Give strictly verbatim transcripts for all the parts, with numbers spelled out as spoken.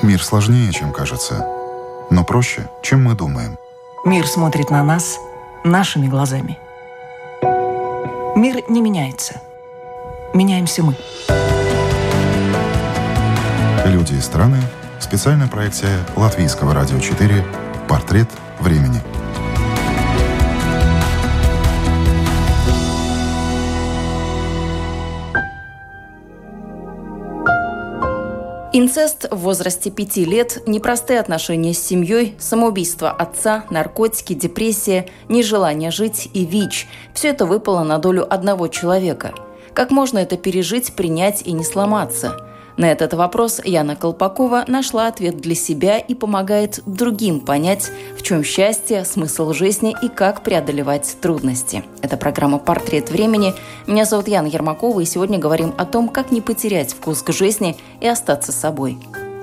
Мир сложнее, чем кажется, но проще, чем мы думаем. Мир смотрит на нас нашими глазами. Мир не меняется. Меняемся мы. Люди и страны. Специальная проекция Латвийского радио четыре «Портрет времени». Инцест в возрасте пяти лет, непростые отношения с семьей, самоубийство отца, наркотики, депрессия, нежелание жить и ВИЧ – все это выпало на долю одного человека. Как можно это пережить, принять и не сломаться? На этот вопрос Яна Колпакова нашла ответ для себя и помогает другим понять, в чем счастье, смысл жизни и как преодолевать трудности. Это программа «Портрет времени». Меня зовут Яна Ермакова, и сегодня говорим о том, как не потерять вкус к жизни и остаться собой.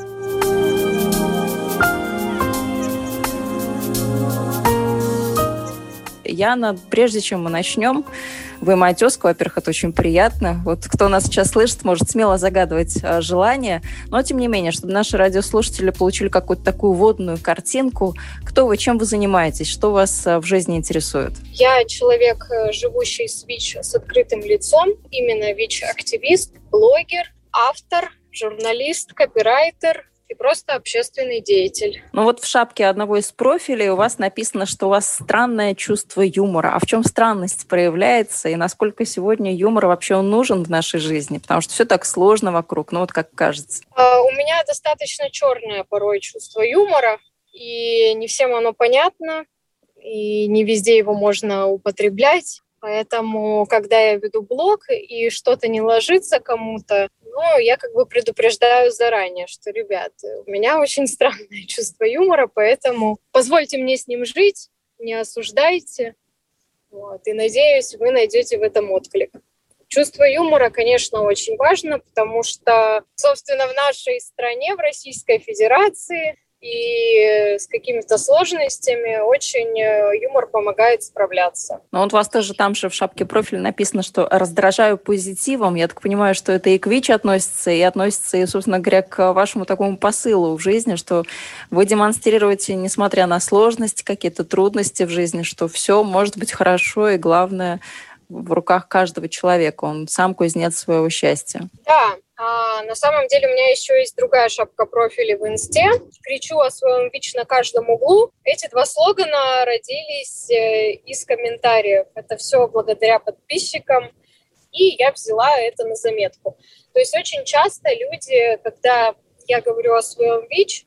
Яна, прежде чем мы начнем, вы моя тезка, во-первых, это очень приятно. Вот кто нас сейчас слышит, может смело загадывать а, желание. Но, тем не менее, чтобы наши радиослушатели получили какую-то такую вводную картинку, кто вы, чем вы занимаетесь, что вас а, в жизни интересует? Я человек, живущий с ВИЧ с открытым лицом, именно ВИЧ-активист, блогер, автор, журналист, копирайтер и просто общественный деятель. Ну вот в шапке одного из профилей у вас написано, что у вас странное чувство юмора. А в чем странность проявляется и насколько сегодня юмор вообще он нужен в нашей жизни? Потому что все так сложно вокруг, ну вот как кажется. А, у меня достаточно черное порой чувство юмора, и не всем оно понятно, и не везде его можно употреблять. Поэтому, когда я веду блог и что-то не ложится кому-то, ну, я как бы предупреждаю заранее, что, ребят, у меня очень странное чувство юмора, поэтому позвольте мне с ним жить, не осуждайте. Вот, и надеюсь, вы найдете в этом отклик. Чувство юмора, конечно, очень важно, потому что, собственно, в нашей стране, в Российской Федерации, и с какими-то сложностями очень юмор помогает справляться. Но вот у вас тоже там же в шапке профиля написано, что раздражаю позитивом. Я так понимаю, что это и к ВИЧ относится, и относится, и, собственно говоря, к вашему такому посылу в жизни, что вы демонстрируете, несмотря на сложности, какие-то трудности в жизни, что все может быть хорошо, и главное в руках каждого человека. Он сам кузнец своего счастья. Да. А на самом деле у меня еще есть другая шапка профиля в Инсте. Кричу о своем ВИЧ на каждом углу. Эти два слогана родились из комментариев. Это все благодаря подписчикам. И я взяла это на заметку. То есть очень часто люди, когда я говорю о своем ВИЧ,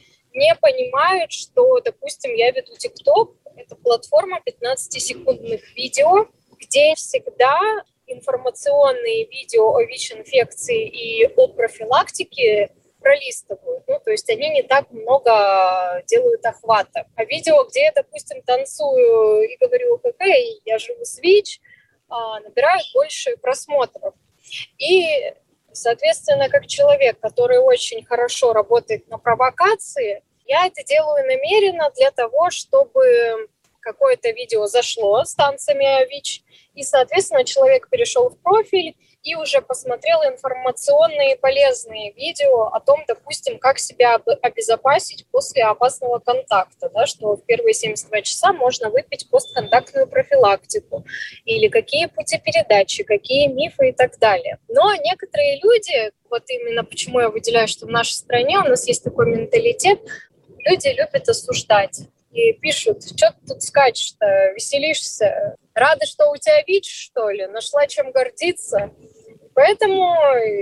не понимают, что, допустим, я веду ТикТок. Это платформа пятнадцатисекундных видео, где всегда информационные видео о ВИЧ-инфекции и о профилактике пролистывают. Ну, то есть они не так много делают охвата. А видео, где я, допустим, танцую и говорю, эй, я живу с ВИЧ, набирают больше просмотров. И, соответственно, как человек, который очень хорошо работает на провокации, я это делаю намеренно для того, чтобы какое-то видео зашло с танцами о ВИЧ, и, соответственно, человек перешел в профиль и уже посмотрел информационные полезные видео о том, допустим, как себя обезопасить после опасного контакта, да, что в первые семьдесят два часа можно выпить постконтактную профилактику, или какие пути передачи, какие мифы и так далее. Но некоторые люди, вот именно почему я выделяю, что в нашей стране у нас есть такой менталитет, люди любят осуждать. И пишут, что ты тут скачешь-то, веселишься, рада, что у тебя ВИЧ, что ли, нашла чем гордиться. Поэтому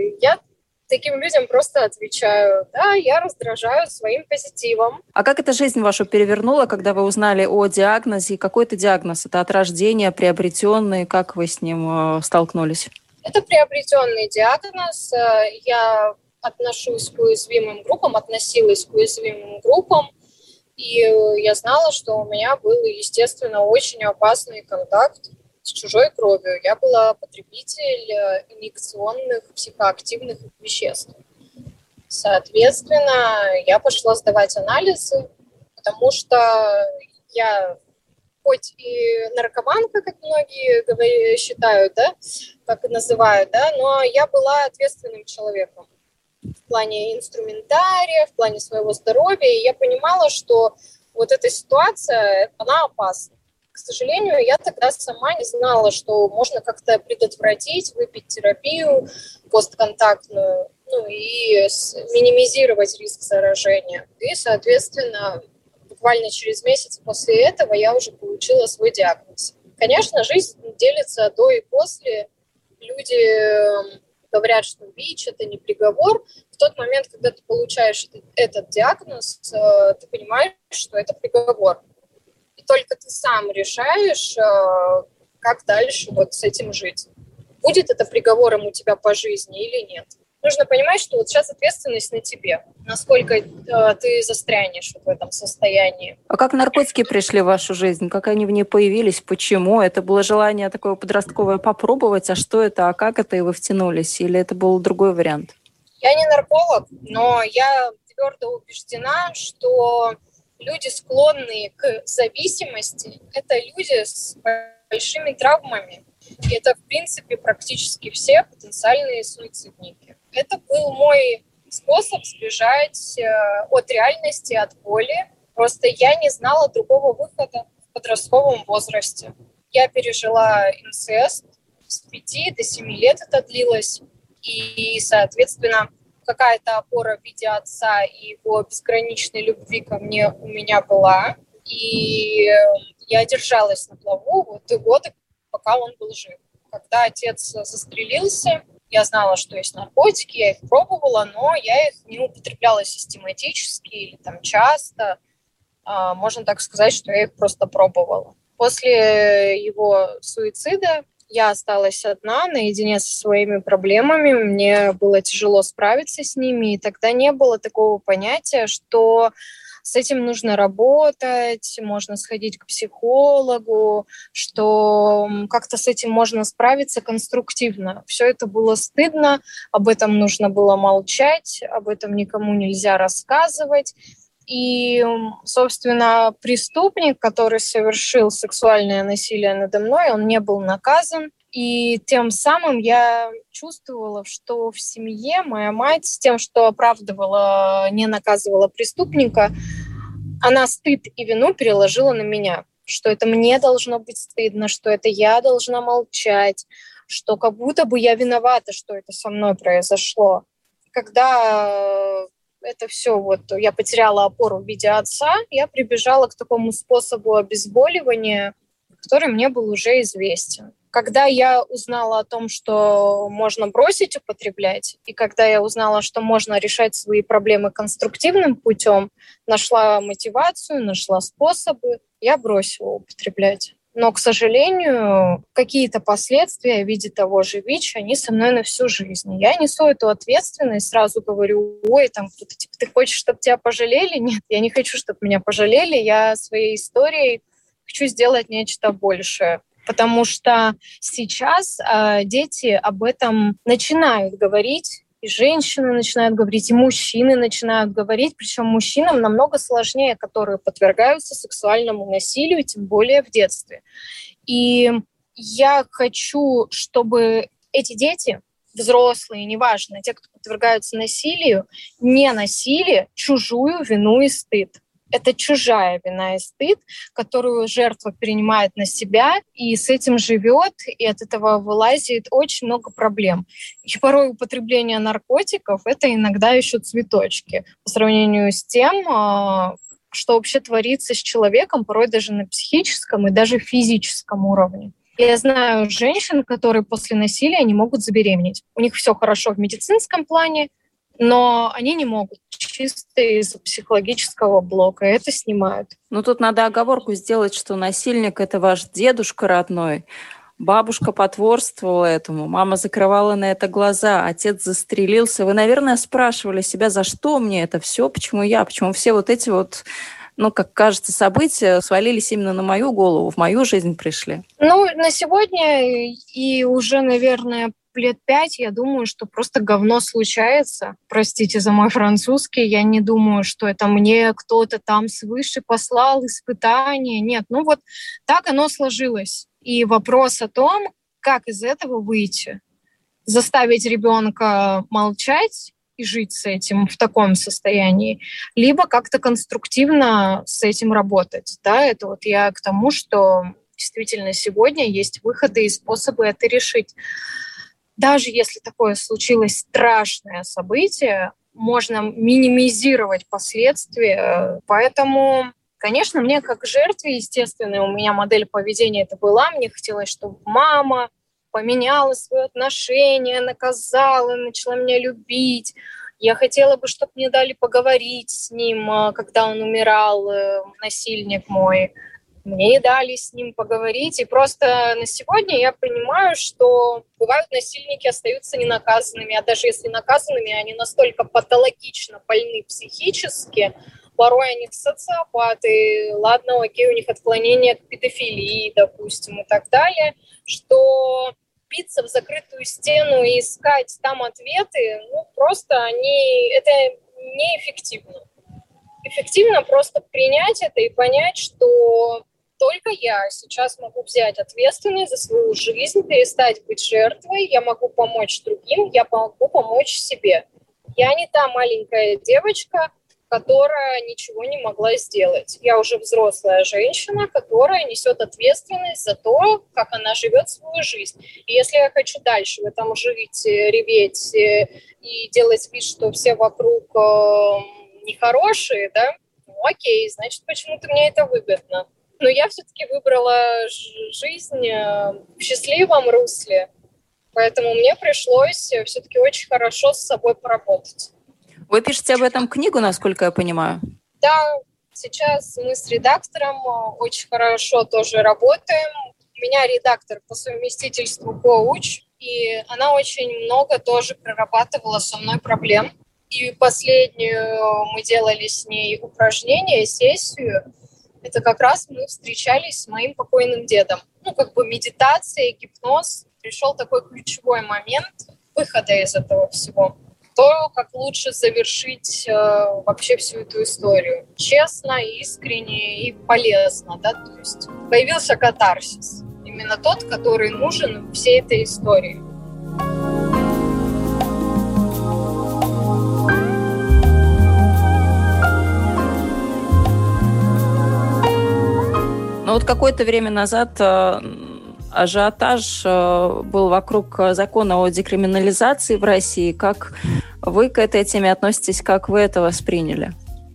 я таким людям просто отвечаю, да, я раздражаю своим позитивом. А как эта жизнь вашу перевернула, когда вы узнали о диагнозе? И какой это диагноз? Это от рождения, приобретенный? Как вы с ним столкнулись? Это приобретенный диагноз. Я отношусь к уязвимым группам, относилась к уязвимым группам. И я знала, что у меня был, естественно, очень опасный контакт с чужой кровью. Я была потребитель инъекционных психоактивных веществ. Соответственно, я пошла сдавать анализы, потому что я хоть и наркоманка, как многие считают, да, как и называют, да, но я была ответственным человеком. в плане инструментария, в плане своего здоровья. И я понимала, что вот эта ситуация, она опасна. К сожалению, я тогда сама не знала, что можно как-то предотвратить, выпить терапию постконтактную, ну и минимизировать риск заражения. И, соответственно, буквально через месяц после этого я уже получила свой диагноз. Конечно, жизнь делится до и после. Люди говорят, что ВИЧ – это не приговор. В тот момент, когда ты получаешь этот диагноз, ты понимаешь, что это приговор. И только ты сам решаешь, как дальше вот с этим жить. Будет это приговором у тебя по жизни или нет. Нужно понимать, что вот сейчас ответственность на тебе. Насколько э, ты застрянешь вот в этом состоянии. А как наркотики пришли в вашу жизнь? Как они в ней появились? Почему? Это было желание такое подростковое попробовать? А что это? А как это? И вы втянулись? Или это был другой вариант? Я не нарколог, но я твердо убеждена, что люди, склонные к зависимости, это люди с большими травмами. И это, в принципе, практически все потенциальные суицидники. Это был мой способ сбежать от реальности, от боли. Просто я не знала другого выхода в подростковом возрасте. Я пережила инцест, с пяти до семи лет это длилось. И, соответственно, какая-то опора в виде отца и его безграничной любви ко мне у меня была. И я держалась на плаву вот и годы, пока он был жив. Когда отец застрелился, я знала, что есть наркотики, я их пробовала, но я их не употребляла систематически или там часто. А, можно так сказать, что я их просто пробовала. После его суицида я осталась одна, наедине со своими проблемами. Мне было тяжело справиться с ними, и тогда не было такого понятия, что с этим нужно работать, можно сходить к психологу, что как-то с этим можно справиться конструктивно. Все это было стыдно, об этом нужно было молчать, об этом никому нельзя рассказывать. И, собственно, преступник, который совершил сексуальное насилие надо мной, он не был наказан. И тем самым я чувствовала, что в семье моя мать с тем, что оправдывала, не наказывала преступника, она стыд и вину переложила на меня, что это мне должно быть стыдно, что это я должна молчать, что как будто бы я виновата, что это со мной произошло. Когда это все, вот я потеряла опору в виде отца, я прибежала к такому способу обезболивания, который мне был уже известен. Когда я узнала о том, что можно бросить употреблять, и когда я узнала, что можно решать свои проблемы конструктивным путем, нашла мотивацию, нашла способы, я бросила употреблять. Но, к сожалению, какие-то последствия в виде того же ВИЧ, они со мной на всю жизнь. Я несу эту ответственность, сразу говорю, ой, там кто-то, типа, ты хочешь, чтобы тебя пожалели? Нет, я не хочу, чтобы меня пожалели. Я своей историей хочу сделать нечто большее. Потому что сейчас э, дети об этом начинают говорить, и женщины начинают говорить, и мужчины начинают говорить, причем мужчинам намного сложнее, которые подвергаются сексуальному насилию, тем более в детстве. И я хочу, чтобы эти дети, взрослые, неважно, те, кто подвергаются насилию, не носили чужую вину и стыд. Это чужая вина и стыд, которую жертва перенимает на себя и с этим живет, и от этого вылазит очень много проблем. И порой употребление наркотиков — это иногда еще цветочки по сравнению с тем, что вообще творится с человеком, порой даже на психическом и даже физическом уровне. Я знаю женщин, которые после насилия не могут забеременеть. У них все хорошо в медицинском плане, но они не могут чисто из-за психологического блока. Это снимают. Ну, тут надо оговорку сделать, что насильник – это ваш дедушка родной. Бабушка потворствовала этому, мама закрывала на это глаза, отец застрелился. Вы, наверное, спрашивали себя, за что мне это все, почему я, почему все вот эти вот, ну, как кажется, события свалились именно на мою голову, в мою жизнь пришли. Ну, на сегодня и уже, наверное, лет пять, я думаю, что просто говно случается. Простите за мой французский, я не думаю, что это мне кто-то там свыше послал испытание. Нет, ну вот так оно сложилось. И вопрос о том, как из этого выйти. Заставить ребенка молчать и жить с этим в таком состоянии, либо как-то конструктивно с этим работать. Да, это вот я к тому, что действительно сегодня есть выходы и способы это решить. Даже если такое случилось страшное событие, можно минимизировать последствия. Поэтому, конечно, мне как жертве, естественно, у меня модель поведения это была. Мне хотелось, чтобы мама поменяла свои отношения, наказала, начала меня любить. Я хотела бы, чтобы мне дали поговорить с ним, когда он умирал, насильник мой. Мне не дали с ним поговорить. И просто на сегодня я понимаю, что бывают насильники остаются ненаказанными, а даже если наказанными, они настолько патологично больны психически, порой они социопаты, ладно, окей, у них отклонение к педофилии, допустим, и так далее, что биться в закрытую стену и искать там ответы, ну, просто они, это неэффективно. Эффективно просто принять это и понять, что только я сейчас могу взять ответственность за свою жизнь, перестать быть жертвой, я могу помочь другим, я могу помочь себе. Я не та маленькая девочка, которая ничего не могла сделать. Я уже взрослая женщина, которая несет ответственность за то, как она живет свою жизнь. И если я хочу дальше в этом жить, реветь и делать вид, что все вокруг э, нехорошие, да, ну окей, значит, почему-то мне это выгодно. Но я все-таки выбрала жизнь в счастливом русле, поэтому мне пришлось все-таки очень хорошо с собой поработать. Вы пишете об этом книгу, насколько я понимаю? Да, сейчас мы с редактором очень хорошо тоже работаем. У меня редактор по совместительству коуч, и она очень много тоже прорабатывала со мной проблем. И последнюю мы делали с ней упражнение, сессию. Это как раз мы встречались с моим покойным дедом. Ну, как бы медитация, гипноз. Пришел такой ключевой момент выхода из этого всего. То, как лучше завершить э, вообще всю эту историю. Честно, искренне и полезно, да, то есть появился катарсис. Именно тот, который нужен всей этой истории. Ну вот какое-то время назад э, ажиотаж э, был вокруг закона о декриминализации в России. Как вы к этой теме относитесь, как вы это восприняли?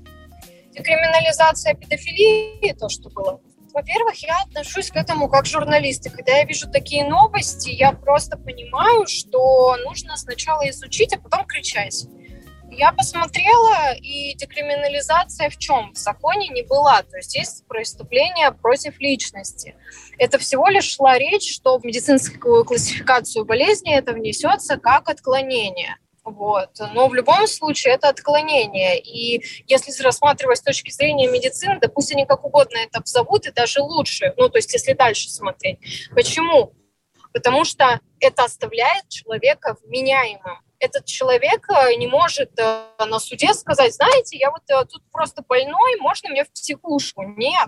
Декриминализация педофилии, то, что было. Во-первых, я отношусь к этому как журналист. И когда я вижу такие новости, я просто понимаю, что нужно сначала изучить, а потом кричать. Я посмотрела, и декриминализация в чем? В законе не была. То есть есть преступление против личности. Это всего лишь шла речь, что в медицинскую классификацию болезни это внесется как отклонение. Вот. Но в любом случае это отклонение. И если рассматривать с точки зрения медицины, да пусть они как угодно это обзовут, и даже лучше. Ну, то есть если дальше смотреть. Почему? Потому что это оставляет человека вменяемым. Этот человек не может на суде сказать, знаете, я вот тут просто больной, можно мне в психушку? Нет.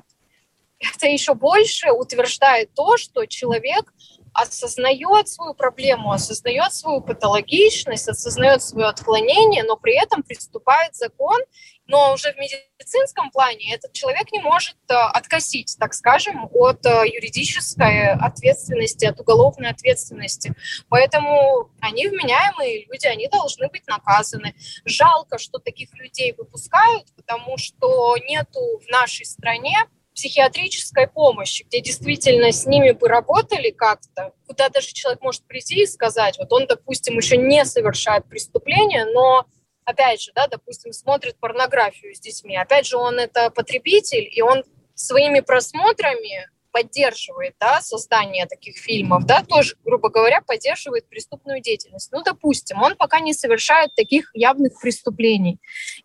Это еще больше утверждает то, что человек осознает свою проблему, осознает свою патологичность, осознает свое отклонение, но при этом приступает закон, но уже в медицинском плане этот человек не может откосить, так скажем, от юридической ответственности, от уголовной ответственности. Поэтому они вменяемые люди, они должны быть наказаны. Жалко, что таких людей выпускают, потому что нету в нашей стране психиатрической помощи, где действительно с ними бы работали как-то, куда даже человек может прийти и сказать, вот он, допустим, еще не совершает преступление, но, опять же, да, допустим, смотрит порнографию с детьми, опять же, он это потребитель, и он своими просмотрами поддерживает, да, создание таких фильмов, да, тоже, грубо говоря, поддерживает преступную деятельность. Ну, допустим, он пока не совершает таких явных преступлений.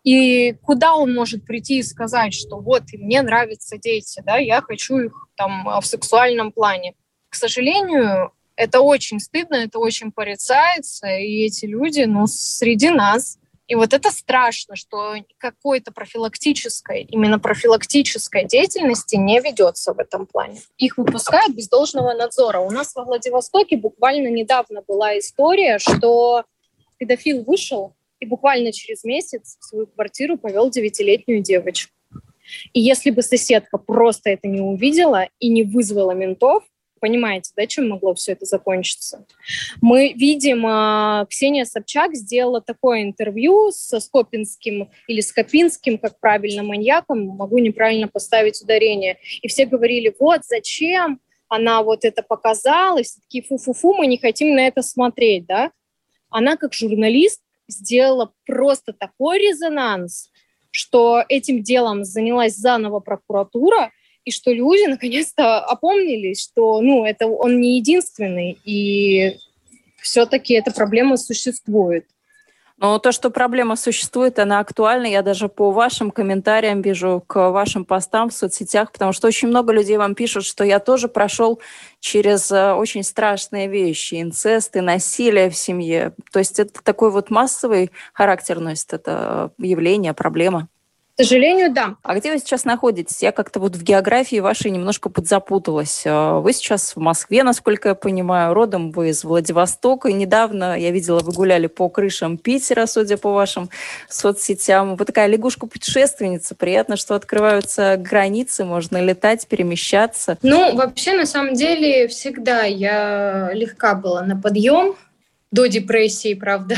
И куда он может прийти и сказать, что вот, мне нравятся дети, да, я хочу их там в сексуальном плане. К сожалению, это очень стыдно, это очень порицается, и эти люди, ну, среди нас. И вот это страшно, что какой-то профилактической, именно профилактической деятельности не ведется в этом плане. Их выпускают без должного надзора. У нас во Владивостоке буквально недавно была история, что педофил вышел и буквально через месяц в свою квартиру повел девятилетнюю девочку. И если бы соседка просто это не увидела и не вызвала ментов, понимаете, да, чем могло все это закончиться? Мы видим, Ксения Собчак сделала такое интервью со Скопинским или Скопинским, как правильно, маньяком, могу неправильно поставить ударение. И все говорили, вот зачем она вот это показала, и все такие фу-фу-фу, мы не хотим на это смотреть, да? Она как журналист сделала просто такой резонанс, что этим делом занялась заново прокуратура, и что люди наконец-то опомнились, что ну, это он не единственный, и все-таки эта проблема существует. Но то, что проблема существует, она актуальна. Я даже по вашим комментариям вижу, к вашим постам в соцсетях, потому что очень много людей вам пишут, что я тоже прошел через очень страшные вещи, инцест и насилие в семье. То есть это такой вот массовый характер носит, это явление, проблема. К сожалению, да. А где вы сейчас находитесь? Я как-то вот в географии вашей немножко подзапуталась. Вы сейчас в Москве, насколько я понимаю, родом вы из Владивостока. И недавно, я видела, вы гуляли по крышам Питера, судя по вашим соцсетям. Вы такая лягушка-путешественница. Приятно, что открываются границы, можно летать, перемещаться. Ну, вообще, на самом деле, всегда я легка была на подъем. До депрессии, правда.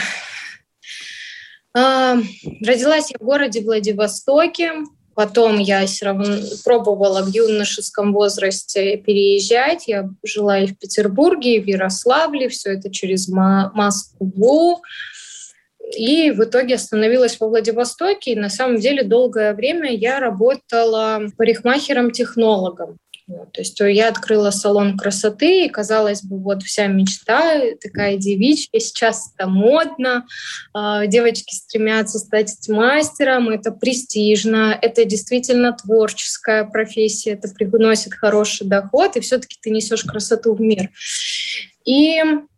Родилась я в городе Владивостоке, потом я все равно пробовала в юношеском возрасте переезжать. Я жила и в Петербурге, и в Ярославле, все это через Москву. И в итоге остановилась во Владивостоке. И на самом деле долгое время я работала парикмахером-технологом. Вот, то есть я открыла салон красоты, и, казалось бы, вот вся мечта такая девичья, сейчас это модно, девочки стремятся стать мастером, это престижно, это действительно творческая профессия, это приносит хороший доход, и все-таки ты несешь красоту в мир. И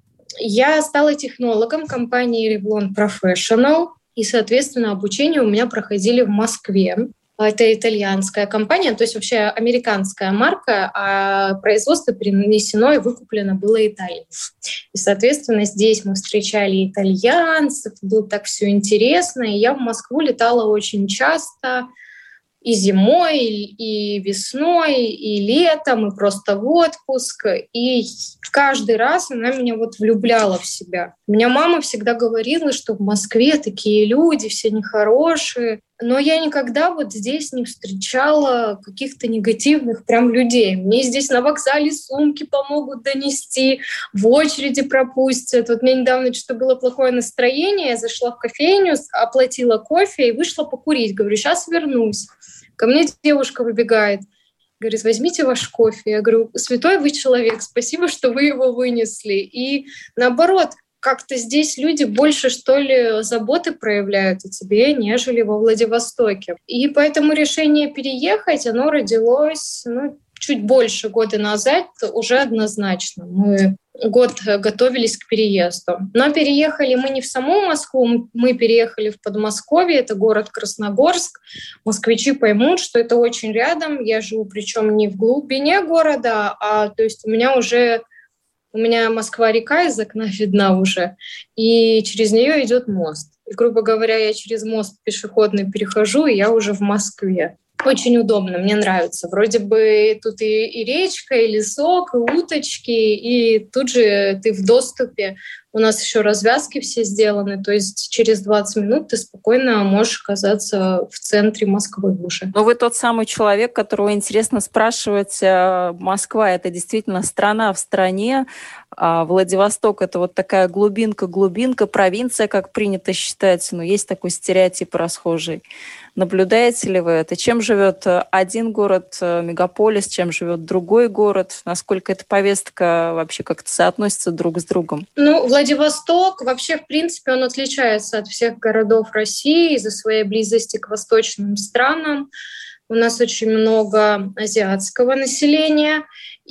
я стала технологом компании Revlon Professional, и, соответственно, обучение у меня проходили в Москве. Это итальянская компания, то есть вообще американская марка, а производство перенесено и выкуплено было Италией. И, соответственно, здесь мы встречали итальянцев, было так все интересно. И я в Москву летала очень часто, и зимой, и весной, и летом, и просто в отпуск. И каждый раз она меня вот влюбляла в себя. У меня мама всегда говорила, что в Москве такие люди, все нехорошие. Но я никогда вот здесь не встречала каких-то негативных прям людей. Мне здесь на вокзале сумки помогут донести, в очереди пропустят. Вот у меня недавно что-то было плохое настроение, я зашла в кофейню, оплатила кофе и вышла покурить. Говорю, сейчас вернусь. Ко мне девушка выбегает, говорит, возьмите ваш кофе. Я говорю, святой вы человек, спасибо, что вы его вынесли. И наоборот, как-то здесь люди больше, что ли, заботы проявляют о тебе, нежели во Владивостоке. И поэтому решение переехать, оно родилось ну, чуть больше года назад, уже однозначно. Мы год готовились к переезду. Но переехали мы не в саму Москву, мы переехали в Подмосковье, это город Красногорск. Москвичи поймут, что это очень рядом. Я живу, причем не в глубине города, а то есть у меня уже У меня Москва-река из окна видна уже, и через нее идет мост. И, грубо говоря, я через мост пешеходный перехожу, и я уже в Москве. Очень удобно, мне нравится. Вроде бы тут и, и речка, и лесок, и уточки, и тут же ты в доступе. У нас еще развязки все сделаны, то есть через двадцать минут ты спокойно можешь оказаться в центре Москвы уже. Но вы тот самый человек, которого интересно спрашивать. Москва — это действительно страна в стране, а Владивосток — это вот такая глубинка-глубинка, провинция, как принято считать. Но есть такой стереотип расхожий. Наблюдаете ли вы это? Чем живет один город, мегаполис, чем живет другой город? Насколько эта повестка вообще как-то соотносится друг с другом? Ну, Владивосток вообще, в принципе, он отличается от всех городов России из-за своей близости к восточным странам. У нас очень много азиатского населения.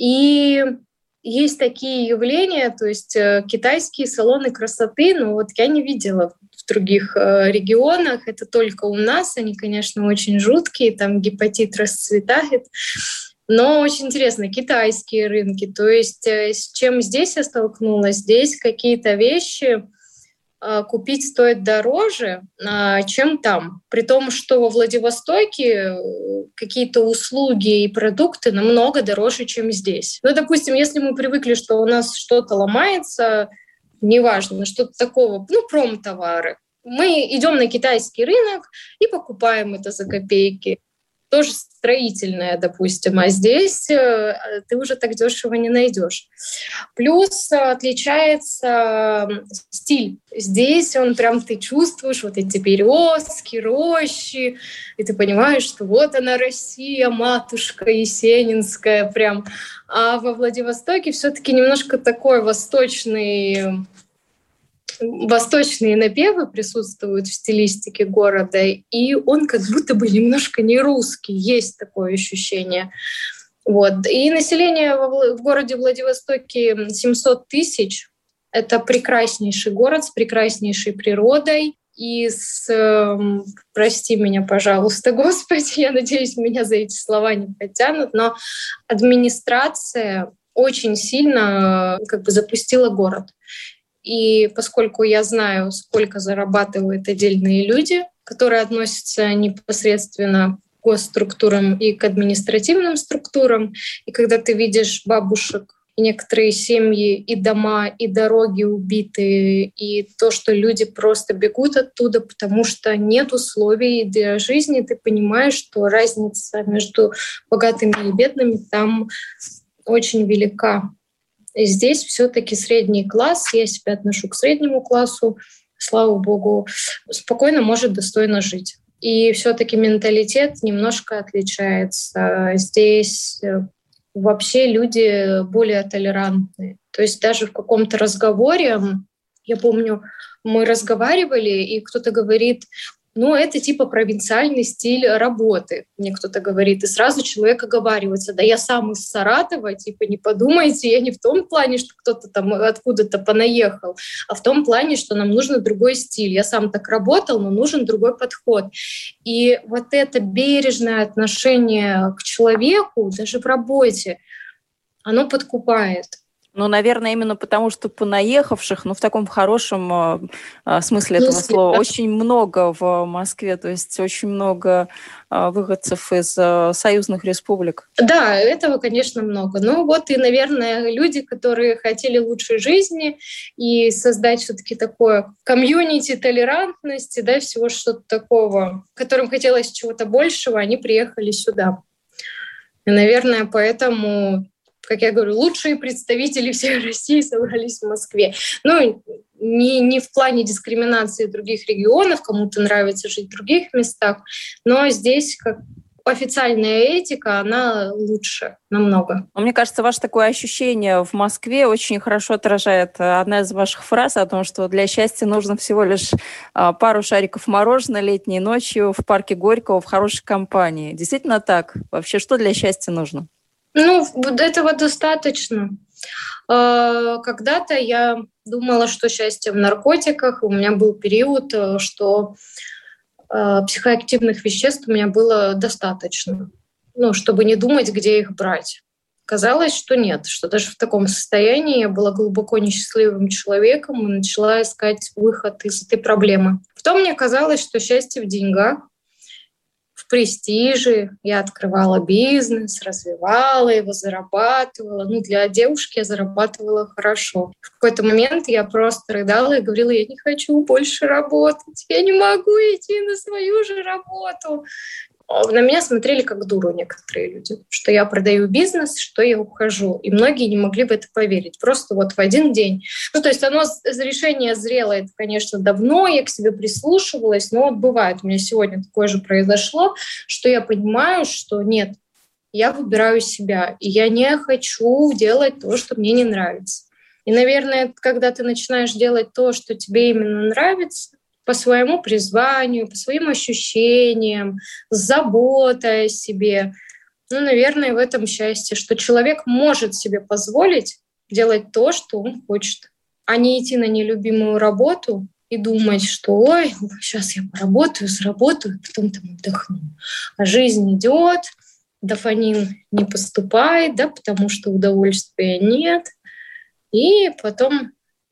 И есть такие явления, то есть китайские салоны красоты, но вот я не видела в других э, регионах, это только у нас, они, конечно, очень жуткие, там гепатит расцветает, но очень интересно, китайские рынки, то есть э, с чем здесь я столкнулась, здесь какие-то вещи, купить стоит дороже, чем там. При том, что во Владивостоке какие-то услуги и продукты намного дороже, чем здесь. Ну, допустим, если мы привыкли, что у нас что-то ломается, неважно, что-то такого, ну, промтовары, мы идем на китайский рынок и покупаем это за копейки. Тоже строительное, допустим, а здесь э, ты уже так дешево не найдешь. Плюс э, отличается э, стиль. Здесь он прям ты чувствуешь вот эти березки, рощи, и ты понимаешь, что вот она Россия, матушка Есенинская прям. А во Владивостоке все-таки немножко такой восточный восточные напевы присутствуют в стилистике города, и он как будто бы немножко не русский, есть такое ощущение. Вот. И население в городе Владивостоке семьсот тысяч. Это прекраснейший город с прекраснейшей природой и с, э, прости меня, пожалуйста, Господи, я надеюсь, меня за эти слова не потянут, но администрация очень сильно как бы запустила город. И поскольку я знаю, сколько зарабатывают отдельные люди, которые относятся непосредственно к госструктурам и к административным структурам, и когда ты видишь бабушек, и некоторые семьи, и дома, и дороги убитые, и то, что люди просто бегут оттуда, потому что нет условий для жизни, ты понимаешь, что разница между богатыми и бедными там очень велика. Здесь все-таки средний класс, я себя отношу к среднему классу, слава богу, спокойно может достойно жить. И все-таки менталитет немножко отличается. Здесь вообще люди более толерантные. То есть даже в каком-то разговоре, я помню, мы разговаривали, и кто-то говорит: ну, это типа провинциальный стиль работы, мне кто-то говорит. И сразу человек оговаривается: да я сам из Саратова, типа не подумайте, я не в том плане, что кто-то там откуда-то понаехал, а в том плане, что нам нужен другой стиль. Я сам так работал, но нужен другой подход. И вот это бережное отношение к человеку, даже в работе, оно подкупает. Ну, наверное, именно потому, что понаехавших, ну, в таком хорошем э, смысле этого Если, слова, да. очень много в Москве, то есть очень много э, выходцев из э, союзных республик. Да, этого, конечно, много. Но вот и, наверное, люди, которые хотели лучшей жизни и создать все-таки такое комьюнити толерантности, да, всего что-то такого, которым хотелось чего-то большего, они приехали сюда. И, наверное, поэтому, как я говорю, лучшие представители всей России собрались в Москве. Ну, не, не в плане дискриминации других регионов, кому-то нравится жить в других местах, но здесь как официальная этика, она лучше намного. Мне кажется, ваше такое ощущение в Москве очень хорошо отражает одна из ваших фраз о том, что для счастья нужно всего лишь пару шариков мороженого летней ночью в парке Горького в хорошей компании. Действительно так? Вообще, что для счастья нужно? Ну, этого достаточно. Когда-то я думала, что счастье в наркотиках. У меня был период, что психоактивных веществ у меня было достаточно, ну, чтобы не думать, где их брать. Казалось, что нет, что даже в таком состоянии я была глубоко несчастливым человеком и начала искать выход из этой проблемы. Потом мне казалось, что счастье в деньгах, в престиже. Я открывала бизнес, развивала его, зарабатывала. Ну, для девушки я зарабатывала хорошо. В какой-то момент я просто рыдала и говорила: я не хочу больше работать, я не могу идти на свою же работу. На меня смотрели как дуру некоторые люди, что я продаю бизнес, что я ухожу. И многие не могли в это поверить. Просто вот в один день. Ну, то есть оно, решение зрело, это, конечно, давно, я к себе прислушивалась, но вот бывает, у меня сегодня такое же произошло, что я понимаю, что нет, я выбираю себя, и я не хочу делать то, что мне не нравится. И, наверное, когда ты начинаешь делать то, что тебе именно нравится, по своему призванию, по своим ощущениям, с заботой о себе. Ну, наверное, в этом счастье, что человек может себе позволить делать то, что он хочет, а не идти на нелюбимую работу и думать, что ой, сейчас я поработаю, заработаю, потом там отдохну. А жизнь идет, дофамин не поступает, да, потому что удовольствия нет. И потом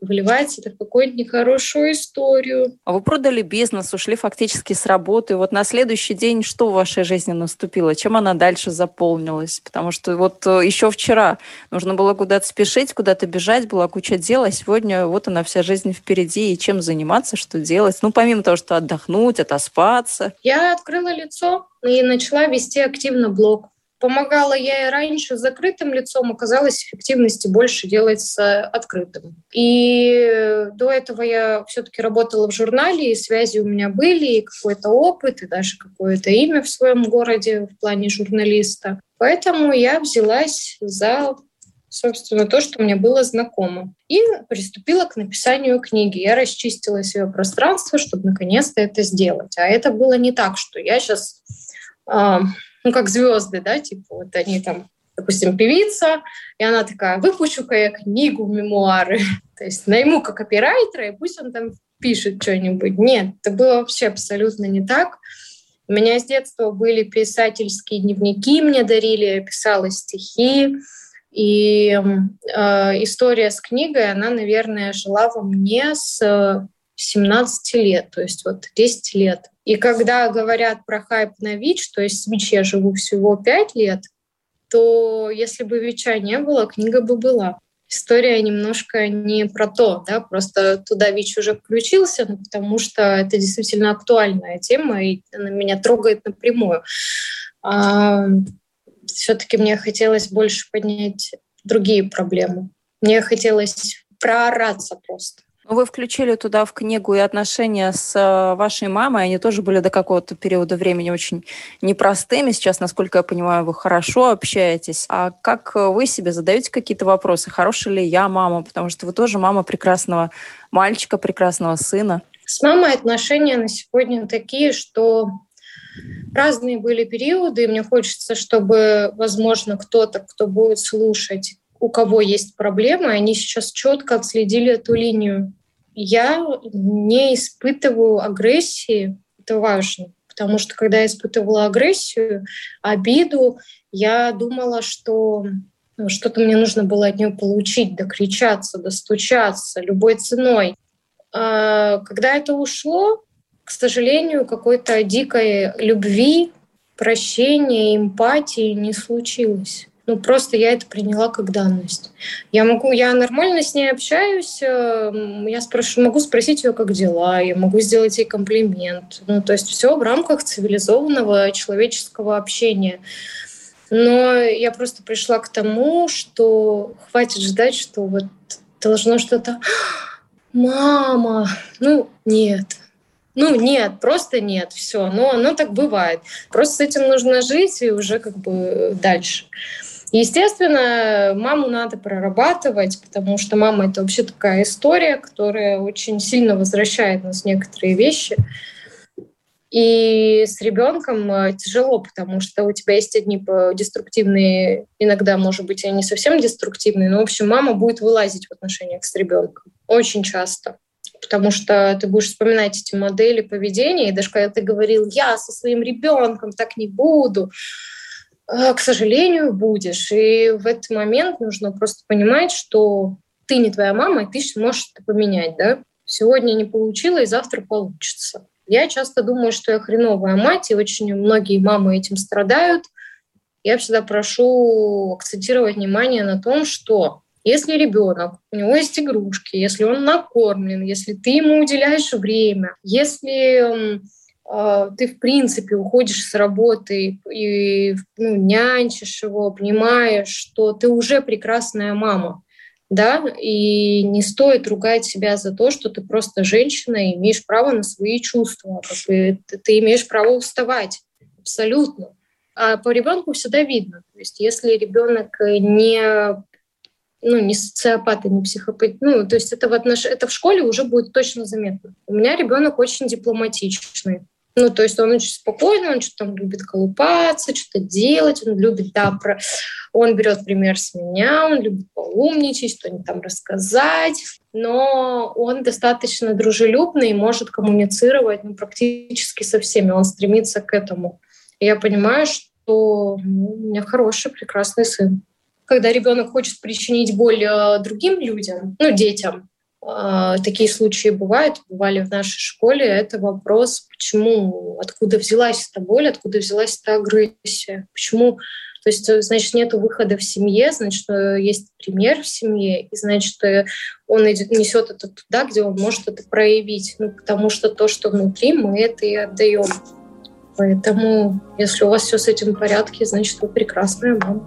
выливается это в какую-нибудь нехорошую историю. А вы продали бизнес, ушли фактически с работы. Вот на следующий день что в вашей жизни наступило? Чем она дальше заполнилась? Потому что вот еще вчера нужно было куда-то спешить, куда-то бежать, была куча дел, а сегодня вот она вся жизнь впереди. И чем заниматься, что делать? Ну, помимо того, что отдохнуть, отоспаться. Я открыла лицо и начала вести активно блог. Помогала я и раньше с закрытым лицом, оказалось, эффективности больше делать с открытым. И до этого я все-таки работала в журнале, и связи у меня были, и какой-то опыт, и даже какое-то имя в своем городе в плане журналиста. Поэтому я взялась за, собственно, то, что мне было знакомо. И приступила к написанию книги. Я расчистила себе пространство, чтобы наконец-то это сделать. А это было не так, что я сейчас... Ну, как звезды, да, типа вот они там, допустим, певица, и она такая, выпущу-ка я книгу, мемуары. То есть найму как копирайтера, и пусть он там пишет что-нибудь. Нет, это было вообще абсолютно не так. У меня с детства были писательские дневники, мне дарили, я писала стихи. И э, история с книгой, она, наверное, жила во мне с семнадцати лет, то есть вот десять лет. И когда говорят про хайп на ВИЧ, то есть с ВИЧ я живу всего пять лет, то если бы ВИЧа не было, книга бы была. История немножко не про то, да, просто туда ВИЧ уже включился, ну, потому что это действительно актуальная тема, и она меня трогает напрямую. А все-таки мне хотелось больше поднять другие проблемы. Мне хотелось проораться просто. Вы включили туда в книгу и отношения с вашей мамой. Они тоже были до какого-то периода времени очень непростыми. Сейчас, насколько я понимаю, вы хорошо общаетесь. А как вы себе задаете какие-то вопросы? Хорошая ли я мама? Потому что вы тоже мама прекрасного мальчика, прекрасного сына. С мамой отношения на сегодня такие, что разные были периоды. И мне хочется, чтобы, возможно, кто-то, кто будет слушать, у кого есть проблемы, они сейчас четко отследили эту линию. Я не испытываю агрессии, это важно, потому что когда я испытывала агрессию, обиду, я думала, что ну, что-то мне нужно было от нее получить, докричаться, достучаться любой ценой. А когда это ушло, к сожалению, какой-то дикой любви, прощения, эмпатии не случилось. Ну, просто я это приняла как данность. Я могу, я нормально с ней общаюсь, я спрошу, могу спросить ее, как дела, я могу сделать ей комплимент. Ну, то есть все в рамках цивилизованного человеческого общения. Но я просто пришла к тому, что хватит ждать, что вот должно что-то... Мама! Ну, нет. Ну, нет, просто нет, все. Но оно так бывает. Просто с этим нужно жить и уже как бы дальше. Естественно, маму надо прорабатывать, потому что мама — это вообще такая история, которая очень сильно возвращает нас в некоторые вещи. И с ребенком тяжело, потому что у тебя есть одни деструктивные, иногда, может быть, они совсем деструктивные, но, в общем, мама будет вылазить в отношениях с ребенком очень часто. Потому что ты будешь вспоминать эти модели поведения, и даже когда ты говорил, я со своим ребенком так не буду, к сожалению, будешь. И в этот момент нужно просто понимать, что ты не твоя мама, и ты можешь это поменять. Да? Сегодня не получилось, завтра получится. Я часто думаю, что я хреновая мать, и очень многие мамы этим страдают. Я всегда прошу акцентировать внимание на том, что если ребенок, у него есть игрушки, если он накормлен, если ты ему уделяешь время, если э, ты, в принципе, уходишь с работы и ну, нянчишь его, обнимаешь, что ты уже прекрасная мама. Да? И не стоит ругать себя за то, что ты просто женщина и имеешь право на свои чувства. Как бы ты, ты имеешь право уставать. Абсолютно. А по ребенку всегда видно. То есть если ребенок не... ну, не социопат, не психопат. Ну, то есть это в, отнош... это в школе уже будет точно заметно. У меня ребенок очень дипломатичный. Ну, то есть он очень спокойный, он что-то там любит колупаться, что-то делать, он любит, да, про... он берет пример с меня, он любит поумничать, что-нибудь там рассказать, но он достаточно дружелюбный и может коммуницировать ну, практически со всеми, он стремится к этому. И я понимаю, что ну, у меня хороший, прекрасный сын. Когда ребенок хочет причинить боль другим людям, ну, детям, э, такие случаи бывают, бывали в нашей школе, это вопрос, почему, откуда взялась эта боль, откуда взялась эта агрессия, почему. То есть, значит, нет выхода в семье, значит, есть пример в семье, и, значит, он несет это туда, где он может это проявить. Ну, потому что то, что внутри, мы это и отдаем. Поэтому, если у вас все с этим в порядке, значит, вы прекрасная мама.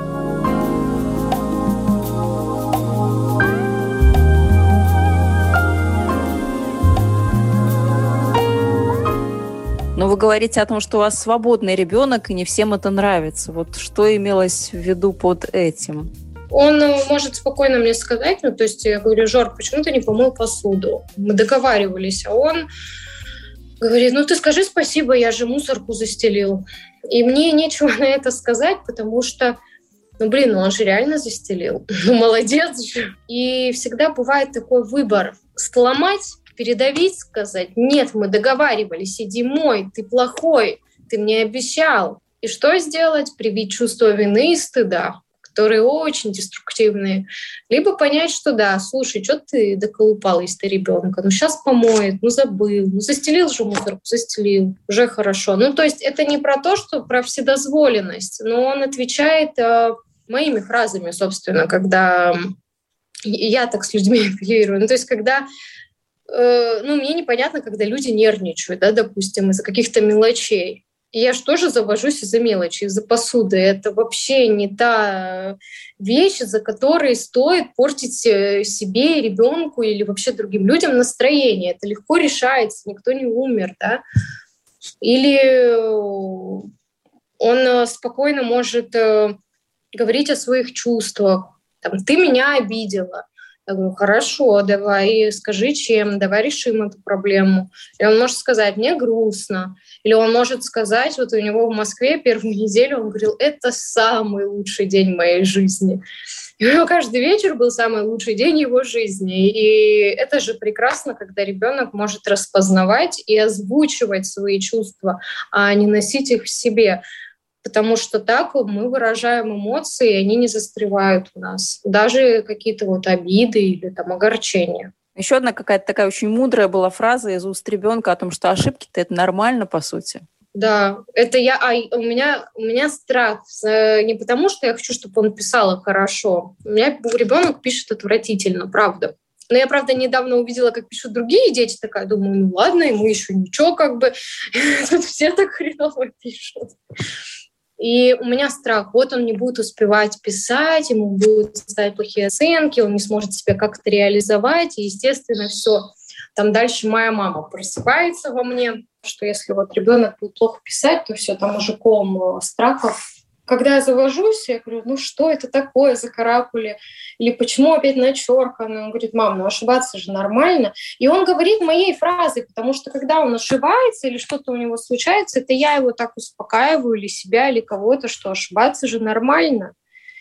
Но вы говорите о том, что у вас свободный ребенок, и не всем это нравится. Вот что имелось в виду под этим? Он может спокойно мне сказать, ну, то есть я говорю: Жор, почему ты не помыл посуду? Мы договаривались, а он говорит: ну, ты скажи спасибо, я же мусорку застелил. И мне нечего на это сказать, потому что, ну, блин, ну он же реально застелил. Ну, молодец же. И всегда бывает такой выбор: сломать, передавить, сказать: нет, мы договаривались, иди мой, ты плохой, ты мне обещал. И что сделать? Привить чувство вины и стыда, которые очень деструктивные. Либо понять, что да, слушай, что ты доколупалась-то ребенка? Ну сейчас помоет, ну забыл, ну застелил же мусорку, застелил, уже хорошо. Ну то есть это не про то, что про вседозволенность, но он отвечает э, моими фразами, собственно, когда я так с людьми апеллирую. Ну то есть когда ну, мне непонятно, когда люди нервничают, да, допустим, из-за каких-то мелочей. И я же тоже завожусь из-за мелочи, из-за посуды. Это вообще не та вещь, за которой стоит портить себе, ребенку или вообще другим людям настроение. Это легко решается, никто не умер, да. Или он спокойно может говорить о своих чувствах. Там, ты меня обидела. Я говорю: хорошо, давай скажи, чем, давай решим эту проблему. И он может сказать: мне грустно. Или он может сказать, вот у него в Москве первую неделю он говорил: это самый лучший день моей жизни. И у него каждый вечер был самый лучший день его жизни. И это же прекрасно, когда ребенок может распознавать и озвучивать свои чувства, а не носить их в себе. Потому что так мы выражаем эмоции, и они не застревают у нас. Даже какие-то вот обиды или там огорчения. Еще одна какая-то такая очень мудрая была фраза из уст ребенка о том, что ошибки-то это нормально, по сути. Да, это я, а у меня, у меня страх не потому, что я хочу, чтобы он писал хорошо. У меня ребенок пишет отвратительно, правда. Но я, правда, недавно увидела, как пишут другие дети, такая, думаю, ну ладно, ему еще ничего, как бы, тут все так хреново пишут. И у меня страх, вот он не будет успевать писать, ему будут ставить плохие оценки, он не сможет себя как-то реализовать, и, естественно, все. Там дальше моя мама просыпается во мне, что если вот ребенок будет плохо писать, то все, там уже ком страхов. Когда я завожусь, я говорю: ну что это такое за каракули? Или почему опять начеркано? Он говорит: мам, ну ошибаться же нормально. И он говорит моей фразой, потому что когда он ошибается или что-то у него случается, это я его так успокаиваю, или себя, или кого-то, что ошибаться же нормально.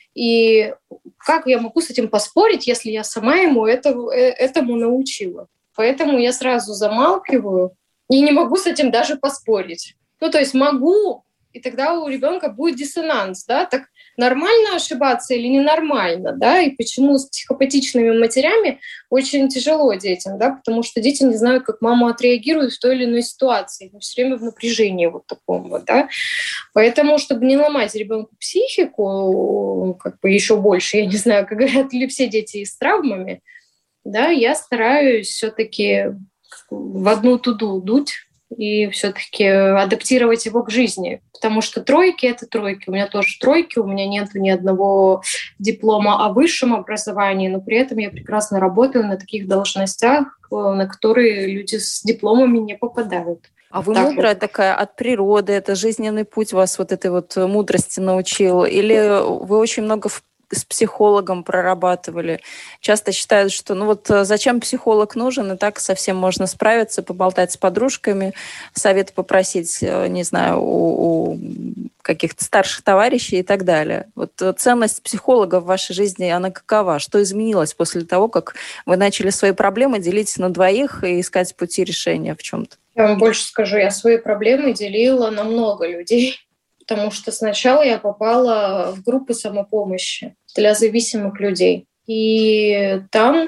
И как я могу с этим поспорить, если я сама ему это, этому научила? Поэтому я сразу замалкиваю и не могу с этим даже поспорить. Ну, то есть могу, и тогда у ребенка будет диссонанс, да, так нормально ошибаться или ненормально, да, и почему с психопатичными матерями очень тяжело детям, да, потому что дети не знают, как мама отреагирует в той или иной ситуации, они все время в напряжении вот таком вот, да, поэтому, чтобы не ломать ребенку психику, как бы еще больше, я не знаю, как говорят ли все дети с травмами, да, я стараюсь все-таки в одну туду дуть, и все-таки адаптировать его к жизни. Потому что тройки — это тройки. У меня тоже тройки, у меня нет ни одного диплома о высшем образовании, но при этом я прекрасно работаю на таких должностях, на которые люди с дипломами не попадают. А вы так мудрая вот. такая от природы, это жизненный путь вас вот этой вот мудрости научил? Или вы очень много в с психологом прорабатывали? Часто считают, что ну вот зачем психолог нужен, и так совсем можно справиться, поболтать с подружками, совет попросить, не знаю, у, у каких-то старших товарищей и так далее. Вот ценность психолога в вашей жизни, она какова? Что изменилось после того, как вы начали свои проблемы делить на двоих и искать пути решения в чем-то? Я вам больше скажу, я свои проблемы делила на много людей. Потому что сначала я попала в группу самопомощи для зависимых людей. И там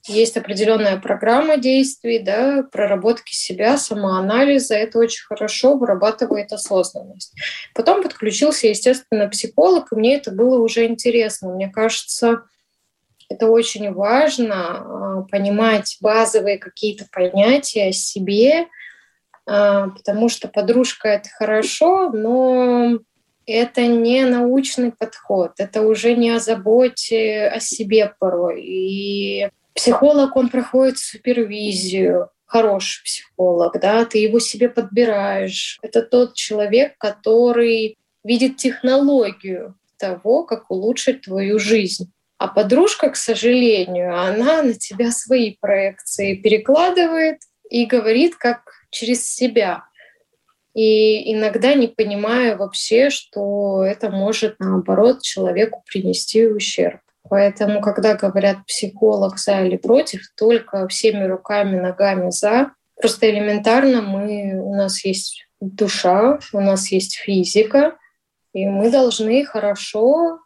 Есть определенная программа действий, да, проработки себя, самоанализа. Это очень хорошо вырабатывает осознанность. Потом подключился, естественно, психолог, и мне это было уже интересно. Мне кажется, это очень важно понимать базовые какие-то понятия о себе, потому что подружка — это хорошо, но это не научный подход, это уже не о заботе о себе порой. И психолог, он проходит супервизию, хороший психолог, да, ты его себе подбираешь. Это тот человек, который видит технологию того, как улучшить твою жизнь. А подружка, к сожалению, она на тебя свои проекции перекладывает и говорит как через себя. И иногда не понимая вообще, что это может, наоборот, человеку принести ущерб. Поэтому, когда говорят психолог за или против, только всеми руками, ногами за. Просто элементарно мы, у нас есть душа, у нас есть физика, и мы должны хорошо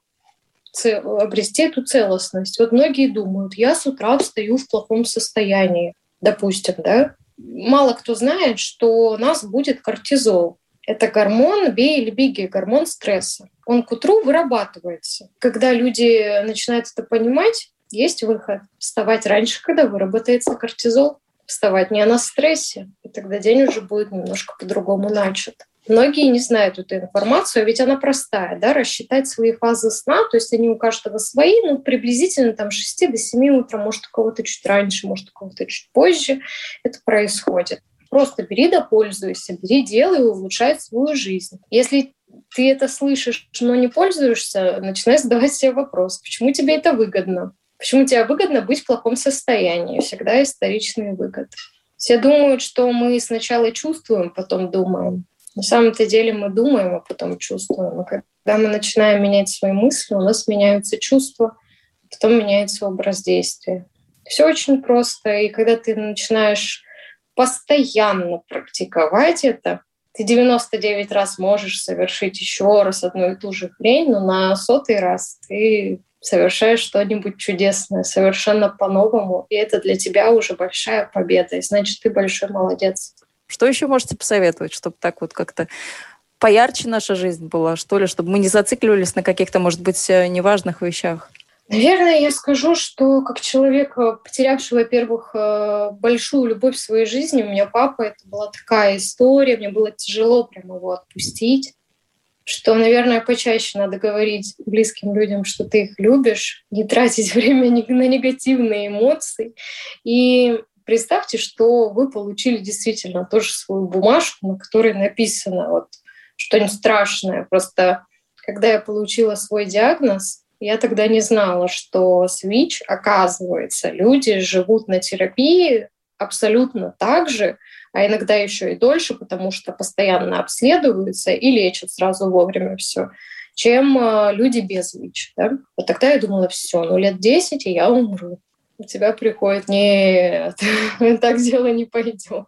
цел, обрести эту целостность. Вот многие думают, я с утра встаю в плохом состоянии, допустим, да. Мало кто знает, что у нас будет кортизол. Это гормон бей или беги, гормон стресса. Он к утру вырабатывается. Когда люди начинают это понимать, есть выход. Вставать раньше, когда выработается кортизол. Вставать не на стрессе. И тогда день уже будет немножко по-другому начат. Многие не знают эту информацию, ведь она простая, да, рассчитать свои фазы сна, то есть они у каждого свои, ну, приблизительно там с шести до семи утра, может, у кого-то чуть раньше, может, у кого-то чуть позже это происходит. Просто бери да пользуйся, бери, делай и улучшай свою жизнь. Если ты это слышишь, но не пользуешься, начинай задавать себе вопрос, почему тебе это выгодно? Почему тебе выгодно быть в плохом состоянии? Всегда есть вторичные выгоды. Все думают, что мы сначала чувствуем, потом думаем. На самом-то деле мы думаем, а потом чувствуем. И когда мы начинаем менять свои мысли, у нас меняются чувства, потом меняется образ действия. Все очень просто. И когда ты начинаешь постоянно практиковать это, ты девяносто девять раз можешь совершить еще раз одну и ту же хрень, но на сотый раз ты совершаешь что-нибудь чудесное, совершенно по-новому, и это для тебя уже большая победа, и значит, ты большой молодец. Что еще можете посоветовать, чтобы так вот как-то поярче наша жизнь была, что ли, чтобы мы не зацикливались на каких-то, может быть, неважных вещах? Наверное, я скажу, что как человек, потерявший, во-первых, большую любовь в своей жизни, у меня папа, это была такая история, мне было тяжело прямо его отпустить, что, наверное, почаще надо говорить близким людям, что ты их любишь, не тратить время на негативные эмоции. И представьте, что вы получили действительно тоже свою бумажку, на которой написано вот что-нибудь страшное. Просто когда я получила свой диагноз, я тогда не знала, что с ВИЧ, оказывается, люди живут на терапии абсолютно так же, а иногда еще и дольше, потому что постоянно обследуются и лечат сразу вовремя все, чем люди без ВИЧ. Да? Вот тогда я думала, все, ну лет десять, и я умру. У тебя приходит, нет, так дело не пойдет.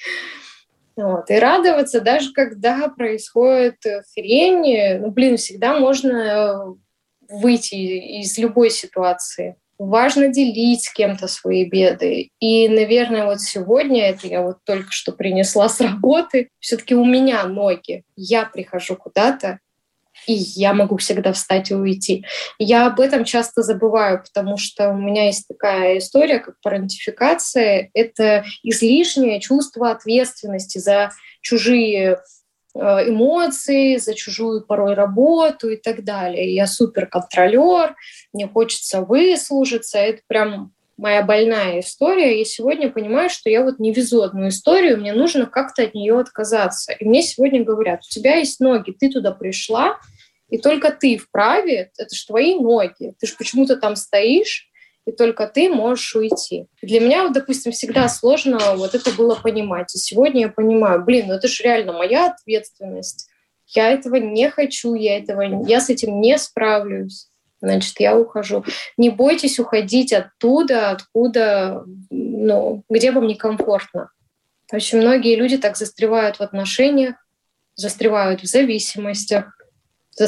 Вот. И радоваться, даже когда происходит хрень, ну, блин, всегда можно выйти из любой ситуации. Важно делить с кем-то свои беды. И, наверное, вот сегодня, это я вот только что принесла с работы, все-таки у меня ноги. Я прихожу куда-то, и я могу всегда встать и уйти. Я об этом часто забываю, потому что у меня есть такая история, как парентификация. Это излишнее чувство ответственности за чужие эмоции, за чужую порой работу и так далее. Я суперконтролер, мне хочется выслужиться. Это прям моя больная история. Я сегодня понимаю, что я вот не везу одну историю, мне нужно как-то от нее отказаться. И мне сегодня говорят, у тебя есть ноги, ты туда пришла, и только ты вправе, это же твои ноги, ты же почему-то там стоишь, и только ты можешь уйти. Для меня, вот, допустим, всегда сложно вот это было понимать. И сегодня я понимаю, блин, ну это же реально моя ответственность. Я этого не хочу, я, этого, я с этим не справлюсь. Значит, я ухожу. Не бойтесь уходить оттуда, откуда, ну, где вам некомфортно. Очень многие люди так застревают в отношениях, застревают в зависимостях,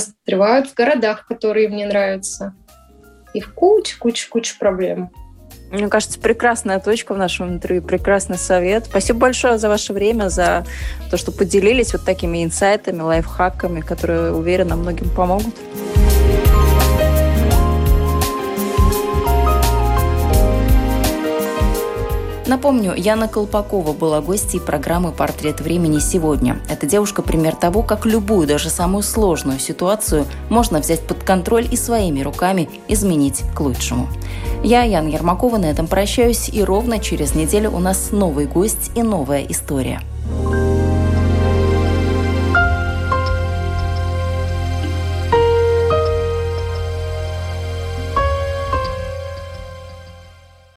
застревают в городах, которые им не нравятся. И в кучу-кучу-кучу проблем. Мне кажется, прекрасная точка в нашем интервью, прекрасный совет. Спасибо большое за ваше время, за то, что поделились вот такими инсайтами, лайфхаками, которые, уверена, многим помогут. Напомню, Яна Колпакова была гостьей программы «Портрет времени» сегодня. Эта девушка – пример того, как любую, даже самую сложную ситуацию можно взять под контроль и своими руками изменить к лучшему. Я, Яна Ермакова, на этом прощаюсь, и ровно через неделю у нас новый гость и новая история.